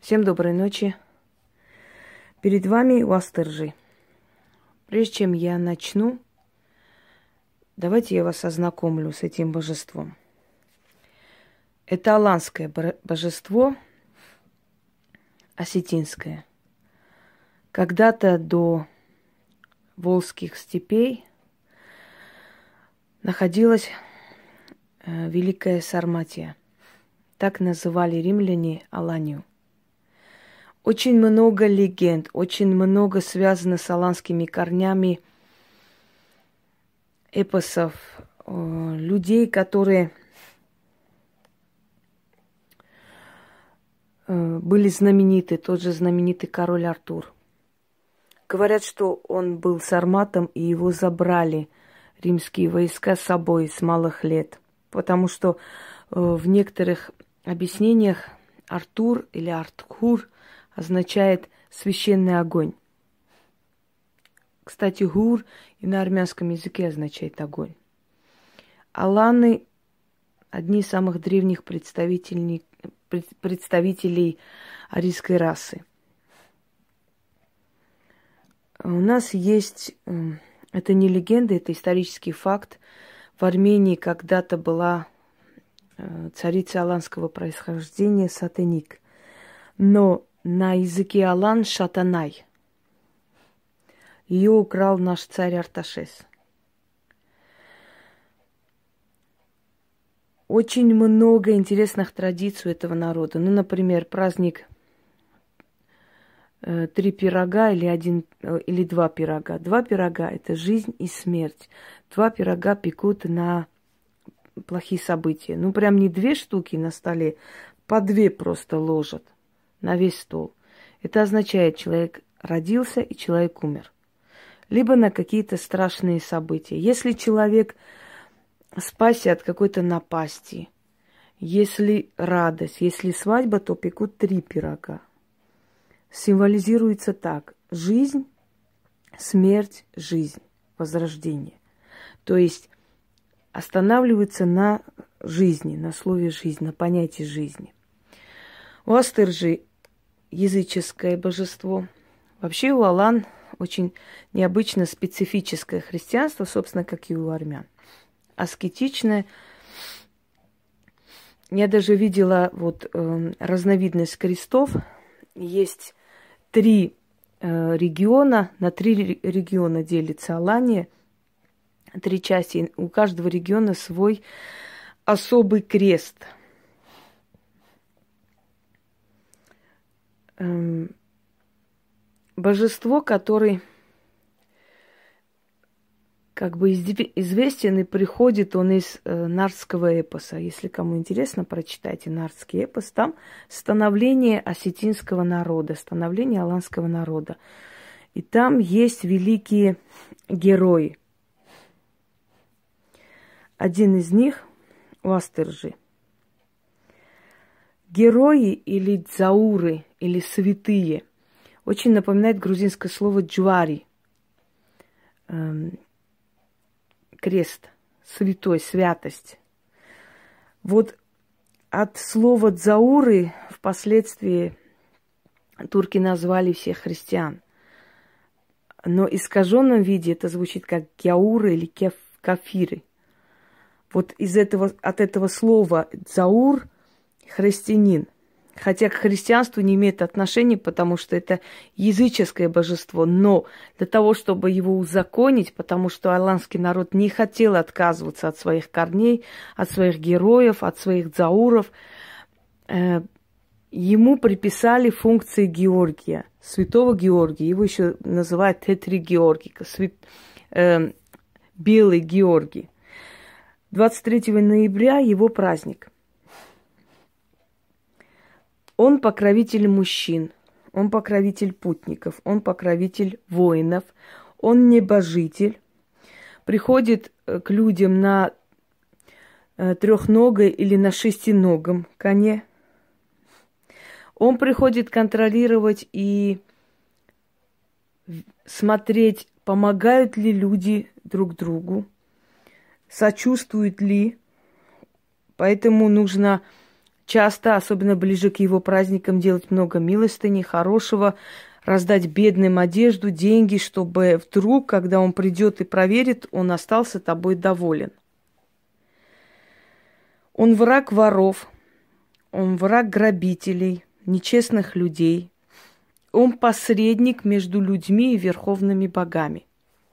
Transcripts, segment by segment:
Всем доброй ночи. Перед вами Уастыржи. Прежде чем я начну, давайте я вас ознакомлю с этим божеством. Это аланское божество, осетинское. Когда-то до Волжских степей находилась Великая Сарматия. Так называли римляне Аланию. Очень много легенд, очень много связано с аланскими корнями эпосов, людей, которые были знамениты, тот же знаменитый король Артур. Говорят, что он был сарматом, и его забрали римские войска с собой с малых лет, потому что в некоторых объяснениях Артур или Артхур означает священный огонь. Кстати, гур и на армянском языке означает огонь. Аланы – одни из самых древних представителей арийской расы. У нас есть, это не легенда, это исторический факт. В Армении когда-то была царица аланского происхождения Сатеник. Но на языке алан Шатанай. Ее украл наш царь Арташес. Очень много интересных традиций у этого народа. Ну, например, праздник 3 пирога или 2 пирога. 2 пирога – это жизнь и смерть. 2 пирога пекут на плохие события. Ну, прям не 2 штуки на столе, по 2 просто ложат на весь стол. Это означает, человек родился и человек умер. Либо на какие-то страшные события. Если человек спасся от какой-то напасти, если радость, если свадьба, то пекут 3 пирога. Символизируется так: жизнь, смерть, жизнь, возрождение. То есть останавливается на жизни, на слове жизнь, на понятии жизни. Уастыржи – языческое божество. Вообще у алан очень необычно специфическое христианство, собственно, как и у армян. Аскетичное. Я даже видела разновидность крестов. Есть 3 региона, на 3 региона делится Алания, 3 части. У каждого региона свой особый крест. Божество, который как бы известен и приходит он из нардского эпоса. Если кому интересно, прочитайте нардский эпос. Там становление осетинского народа, становление аланского народа. И там есть великие герои. Один из них – Уастыржи. Герои или дзауры, или святые очень напоминает грузинское слово джуари. Крест, святой, святость. Вот от слова дзауры впоследствии турки назвали всех христиан. Но в искаженном виде это звучит как гяуры или кафиры. Вот от этого слова дзаур христианин. Хотя к христианству не имеет отношения, потому что это языческое божество. Но для того, чтобы его узаконить, потому что аланский народ не хотел отказываться от своих корней, от своих героев, от своих дзауров, ему приписали функции Георгия, святого Георгия. Его еще называют Тетригеоргий, белый Георгий. 23 ноября его праздник. Он покровитель мужчин, он покровитель путников, он покровитель воинов, он небожитель. Приходит к людям на 3-ногой или на 6-ногом коне. Он приходит контролировать и смотреть, помогают ли люди друг другу, сочувствуют ли. Поэтому нужно часто, особенно ближе к его праздникам, делать много милостыни, хорошего, раздать бедным одежду, деньги, чтобы вдруг, когда он придет и проверит, он остался тобой доволен. Он враг воров, он враг грабителей, нечестных людей. Он посредник между людьми и верховными богами.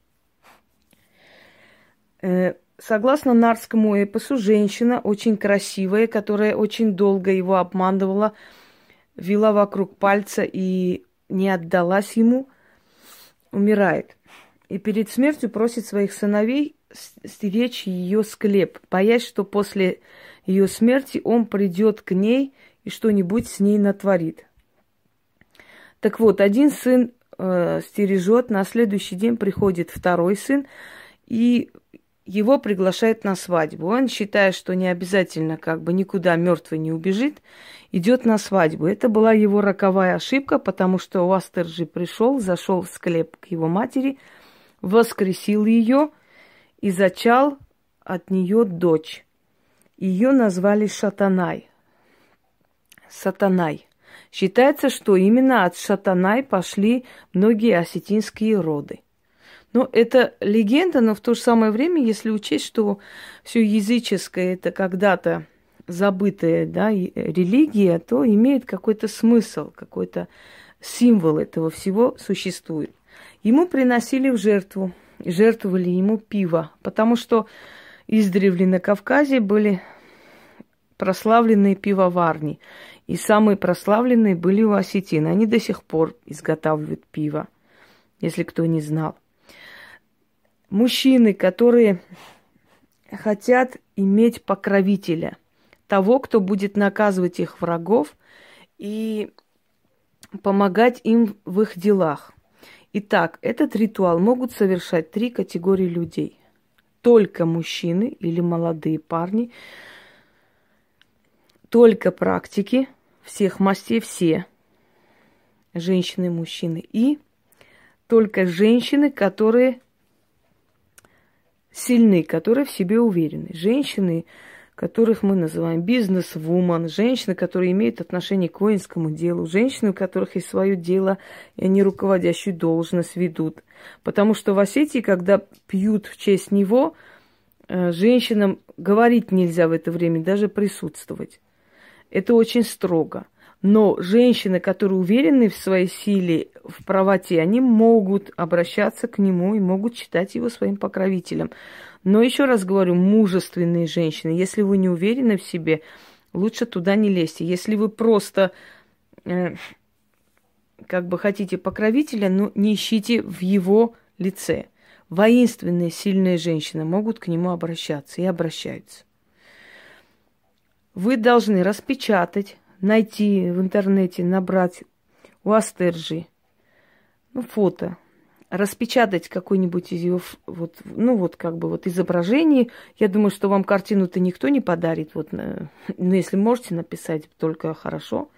Согласно нарскому эпосу, женщина очень красивая, которая очень долго его обманывала, вела вокруг пальца и не отдалась ему, умирает. И перед смертью просит своих сыновей стеречь ее склеп, боясь, что после ее смерти он придет к ней и что-нибудь с ней натворит. Так вот, один сын стережет, на следующий день приходит второй сын, и его приглашают на свадьбу. Он, считая, что не обязательно, никуда мертвый не убежит, идет на свадьбу. Это была его роковая ошибка, потому что Уастерджи пришел, зашел в склеп к его матери, воскресил ее и зачал от нее дочь. Ее назвали Шатанай. Сатанай. Считается, что именно от Шатанай пошли многие осетинские роды. Но это легенда, но в то же самое время, если учесть, что все языческое это когда-то забытая, религия, то имеет какой-то смысл, какой-то символ этого всего существует. Ему приносили в жертву, жертвовали ему пиво, потому что издревле на Кавказе были прославленные пивоварни, и самые прославленные были у осетин. Они до сих пор изготавливают пиво, если кто не знал. Мужчины, которые хотят иметь покровителя, того, кто будет наказывать их врагов и помогать им в их делах. Итак, этот ритуал могут совершать 3 категории людей. Только мужчины или молодые парни, только практики всех мастей, все женщины и мужчины, и только женщины, которые сильны, которые в себе уверены. Женщины, которых мы называем бизнес-вумен, женщины, которые имеют отношение к воинскому делу, женщины, у которых есть свое дело, и они руководящую должность ведут. Потому что в Осетии, когда пьют в честь него, женщинам говорить нельзя в это время, даже присутствовать. Это очень строго. Но женщины, которые уверены в своей силе, в правоте, они могут обращаться к нему и могут считать его своим покровителем. Но еще раз говорю, мужественные женщины, если вы не уверены в себе, лучше туда не лезьте. Если вы просто хотите покровителя, но не ищите в его лице. Воинственные, сильные женщины могут к нему обращаться и обращаются. Вы должны распечатать, найти в интернете, набрать Уастерджи, фото, распечатать какой-нибудь из его, изображений. Я думаю, что вам картину-то никто не подарит. Если можете написать, только хорошо.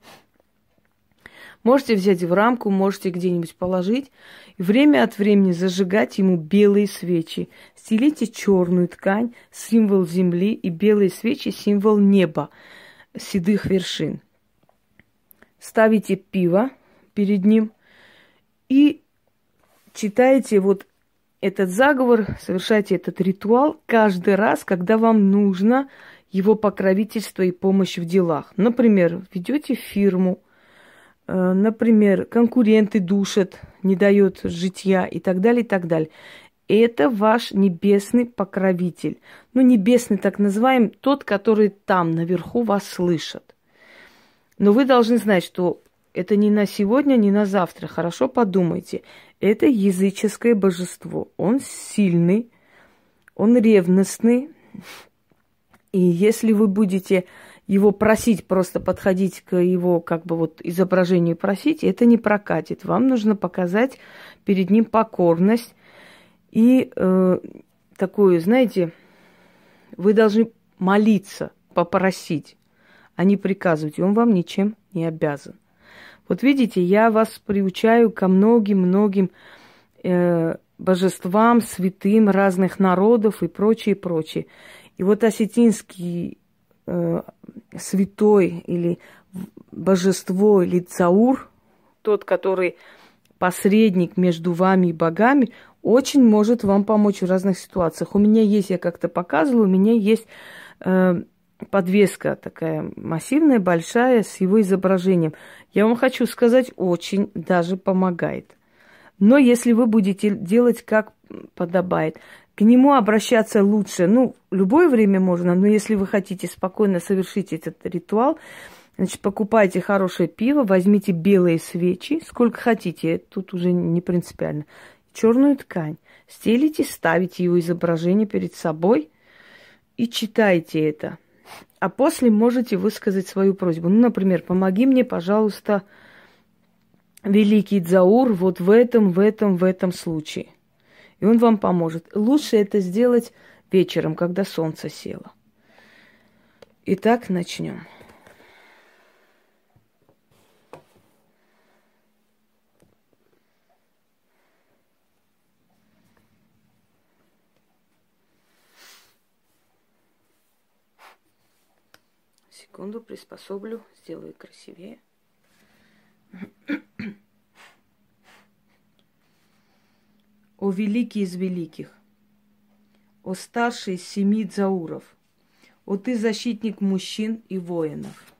Можете взять в рамку, можете где-нибудь положить. И время от времени зажигать ему белые свечи. Стелите черную ткань, символ земли, и белые свечи, символ неба, седых вершин. Ставите пиво перед ним и читаете этот заговор, совершаете этот ритуал каждый раз, когда вам нужно его покровительство и помощь в делах. Например, ведете фирму, например, конкуренты душат, не дают житья и так далее, и так далее. Это ваш небесный покровитель. Небесный, так называемый, тот, который там, наверху, вас слышит. Но вы должны знать, что это не на сегодня, не на завтра. Хорошо подумайте. Это языческое божество. Он сильный, он ревностный. И если вы будете его просить, просто подходить к его изображению просить, это не прокатит. Вам нужно показать перед ним покорность и такую, знаете, вы должны молиться, попросить, а не приказывать. И он вам ничем не обязан. Видите, я вас приучаю ко многим божествам, святым разных народов и прочее, прочее. И осетинский святой или божество, или цаур, тот, который посредник между вами и богами, очень может вам помочь в разных ситуациях. У меня есть, я как-то показывала, у меня есть подвеска такая массивная, большая, с его изображением. Я вам хочу сказать, очень даже помогает. Но если вы будете делать как подобает, к нему обращаться лучше. Ну, любое время можно, но если вы хотите спокойно совершить этот ритуал, значит, покупайте хорошее пиво, возьмите белые свечи, сколько хотите, тут уже не принципиально. Черную ткань. Стелите, ставите его изображение перед собой и читайте это. А после можете высказать свою просьбу. Ну, например, помоги мне, пожалуйста, великий Дзаур, вот в этом случае. И он вам поможет. Лучше это сделать вечером, когда солнце село. Итак, начнем. Секунду, приспособлю, сделаю красивее. О великий из великих, о старший из 7 дзауров, о ты защитник мужчин и воинов.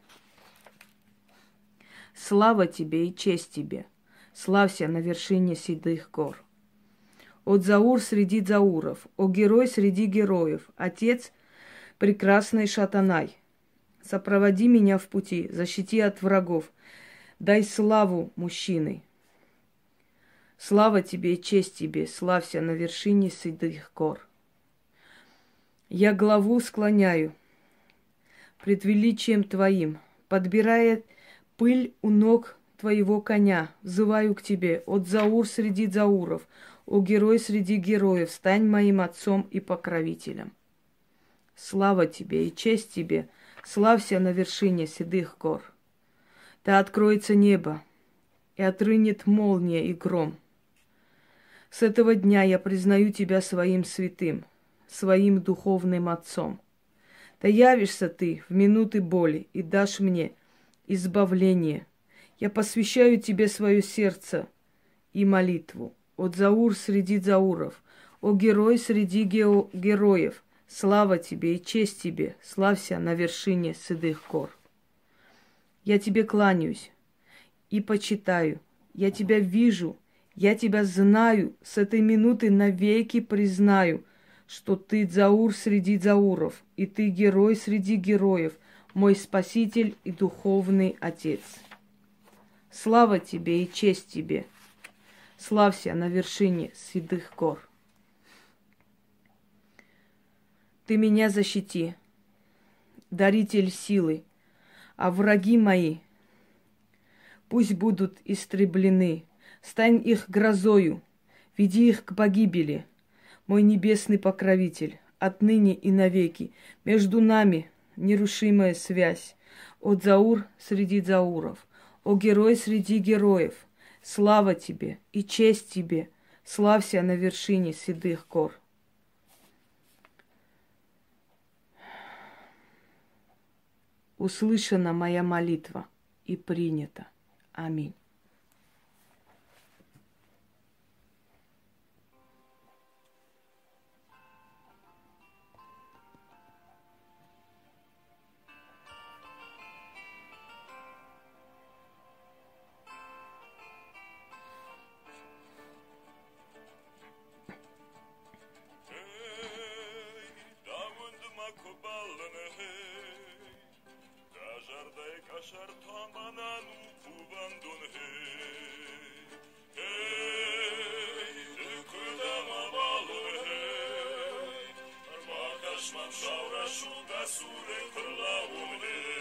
Слава тебе и честь тебе, славься на вершине седых гор. О дзаур среди дзауров, о герой среди героев, отец прекрасный Шатанай. Сопроводи меня в пути, защити от врагов, дай славу мужчины. Слава тебе и честь тебе, славься на вершине седых гор. Я главу склоняю пред величием твоим, подбирая пыль у ног твоего коня, взываю к тебе, от Заур среди Зауров, о герой среди героев, стань моим отцом и покровителем. Слава тебе и честь тебе, славься на вершине седых гор. Да откроется небо, и отрынет молния и гром. С этого дня я признаю тебя своим святым, своим духовным отцом. Да явишься ты в минуты боли и дашь мне избавление. Я посвящаю тебе свое сердце и молитву. От Заур среди Зауров, о герой среди героев, слава тебе и честь тебе, славься на вершине седых гор. Я тебе кланяюсь и почитаю, я тебя вижу, я тебя знаю, с этой минуты навеки признаю, что ты Заур среди Зауров, и ты герой среди героев, мой спаситель и духовный отец. Слава тебе и честь тебе, славься на вершине седых гор. Ты меня защити, даритель силы, а враги мои пусть будут истреблены. Стань их грозою, веди их к погибели, мой небесный покровитель, отныне и навеки. Между нами нерушимая связь, от Заур среди Зауров, о герой среди героев, слава тебе и честь тебе, славься на вершине седых гор. Услышана моя молитва и принята. Аминь. Շավրաշու գասուրե քրլավունե